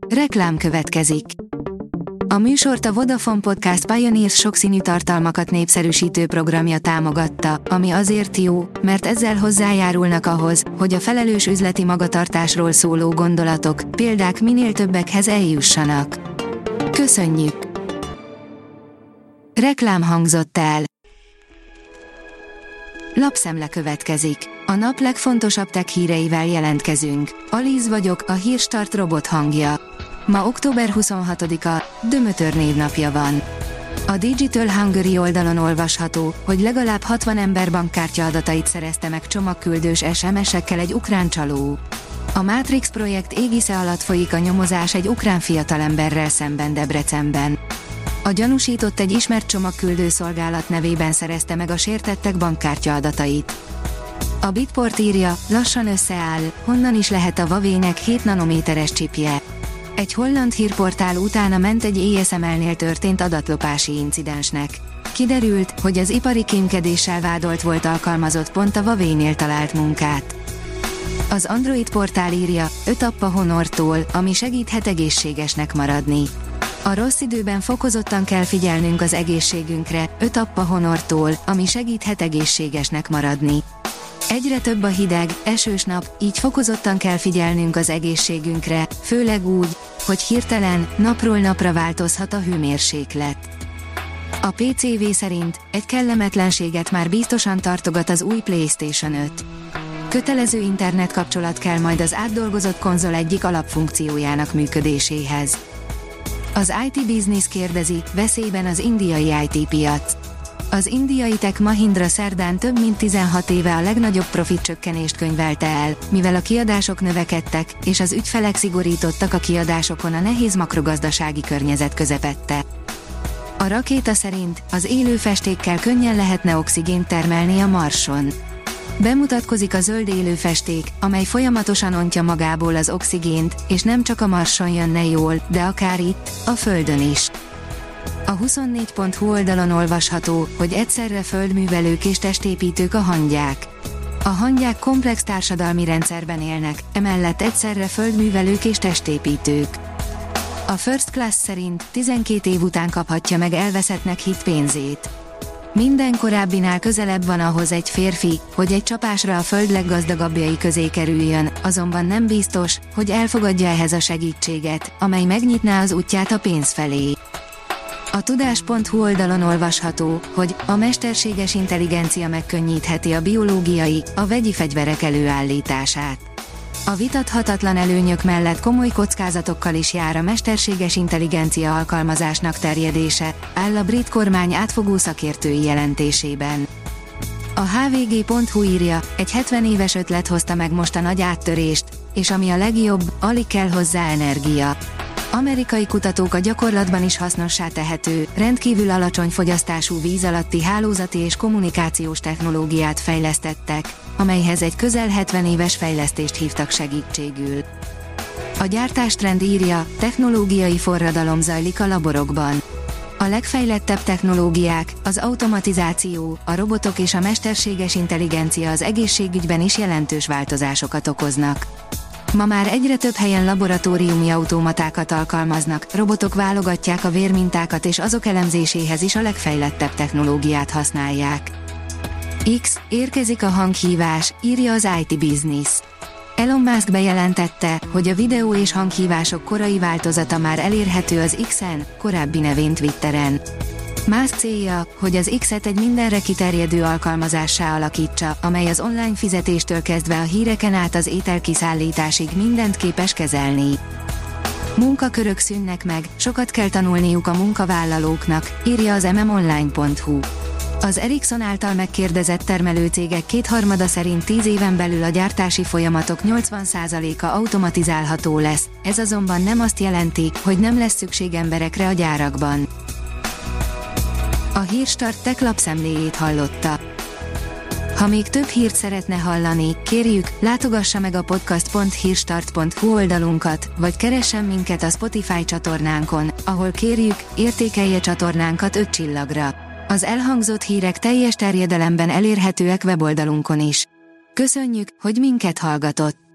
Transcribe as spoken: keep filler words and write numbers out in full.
Reklám következik. A műsort a Vodafone Podcast Pioneers sokszínű tartalmakat népszerűsítő programja támogatta, ami azért jó, mert ezzel hozzájárulnak ahhoz, hogy a felelős üzleti magatartásról szóló gondolatok, példák minél többekhez eljussanak. Köszönjük! Reklám hangzott el. Lapszemle következik. A nap legfontosabb tech híreivel jelentkezünk. Alíz vagyok, a Hírstart robot hangja. Ma október huszonhatodika, Dömötör névnapja van. A Digital Hungary oldalon olvasható, hogy legalább hatvan ember bankkártya adatait szerezte meg csomagküldős es em es-ekkel egy ukrán csaló. A Matrix projekt égisze alatt folyik a nyomozás egy ukrán fiatalemberrel szemben Debrecenben. A gyanúsított egy ismert csomagküldő szolgálat nevében szerezte meg a sértettek bankkártya adatait. A Bitport írja, lassan összeáll, honnan is lehet a Huawei-nek hét nanométeres csipje. Egy holland hírportál utána ment egy á es em el-nél történt adatlopási incidensnek. Kiderült, hogy az ipari kémkedéssel vádolt volt alkalmazott pont a Huawei-nél talált munkát. Az Android portál írja, öt app a Honortól, ami segíthet egészségesnek maradni. A rossz időben fokozottan kell figyelnünk az egészségünkre, öt app a Honortól, ami segíthet egészségesnek maradni. Egyre több a hideg, esős nap, így fokozottan kell figyelnünk az egészségünkre, főleg úgy, hogy hirtelen, napról napra változhat a hőmérséklet. A pé cé vé szerint egy kellemetlenséget már biztosan tartogat az új PlayStation öt. Kötelező internetkapcsolat kell majd az átdolgozott konzol egyik alapfunkciójának működéséhez. Az i té Business kérdezi, veszélyben az indiai i té piac. Az indiai Tech Mahindra szerdán több mint tizenhat éve a legnagyobb profit csökkenést könyvelte el, mivel a kiadások növekedtek, és az ügyfelek szigorítottak a kiadásokon a nehéz makrogazdasági környezet közepette. A rakéta szerint az élő festékkel könnyen lehetne oxigént termelni a Marson. Bemutatkozik a zöld élő festék, amely folyamatosan ontja magából az oxigént, és nem csak a Marson jönne jól, de akár itt, a Földön is. A huszonnégy pont hu oldalon olvasható, hogy egyszerre földművelők és testépítők a hangyák. A hangyák komplex társadalmi rendszerben élnek, emellett egyszerre földművelők és testépítők. A First Class szerint tizenkét év után kaphatja meg elveszettnek hitt pénzét. Minden korábbinál közelebb van ahhoz egy férfi, hogy egy csapásra a föld leggazdagabbjai közé kerüljön, azonban nem biztos, hogy elfogadja ehhez a segítséget, amely megnyitná az útját a pénz felé. A tudás pont hu oldalon olvasható, hogy a mesterséges intelligencia megkönnyítheti a biológiai, a vegyi fegyverek előállítását. A vitathatatlan előnyök mellett komoly kockázatokkal is jár a mesterséges intelligencia alkalmazásnak terjedése, áll a brit kormány átfogó szakértői jelentésében. A há vé gé pont hu írja, egy hetven éves ötlet hozta meg most a nagy áttörést, és ami a legjobb, alig kell hozzá energia. Amerikai kutatók a gyakorlatban is hasznossá tehető, rendkívül alacsony fogyasztású víz alatti hálózati és kommunikációs technológiát fejlesztettek, amelyhez egy közel hetven éves fejlesztést hívtak segítségül. A gyártástrend írja, technológiai forradalom zajlik a laborokban. A legfejlettebb technológiák, az automatizáció, a robotok és a mesterséges intelligencia az egészségügyben is jelentős változásokat okoznak. Ma már egyre több helyen laboratóriumi automatákat alkalmaznak, robotok válogatják a vérmintákat és azok elemzéséhez is a legfejlettebb technológiát használják. X, érkezik a hanghívás, írja az i té Business. Elon Musk bejelentette, hogy a videó és hanghívások korai változata már elérhető az X-en, korábbi nevén Twitteren. Musk célja, hogy az X-et egy mindenre kiterjedő alkalmazássá alakítsa, amely az online fizetéstől kezdve a híreken át az ételkiszállításig mindent képes kezelni. Munkakörök szűnnek meg, sokat kell tanulniuk a munkavállalóknak, írja az em em online pont hu. Az Ericsson által megkérdezett termelőcégek kétharmada szerint tíz éven belül a gyártási folyamatok nyolcvan százaléka automatizálható lesz, ez azonban nem azt jelenti, hogy nem lesz szükség emberekre a gyárakban. A Hírstart Tech lapszemléjét hallotta. Ha még több hírt szeretne hallani, kérjük, látogassa meg a podcast pont hírstart pont hu oldalunkat, vagy keressen minket a Spotify csatornánkon, ahol kérjük, értékelje csatornánkat öt csillagra. Az elhangzott hírek teljes terjedelemben elérhetőek weboldalunkon is. Köszönjük, hogy minket hallgatott!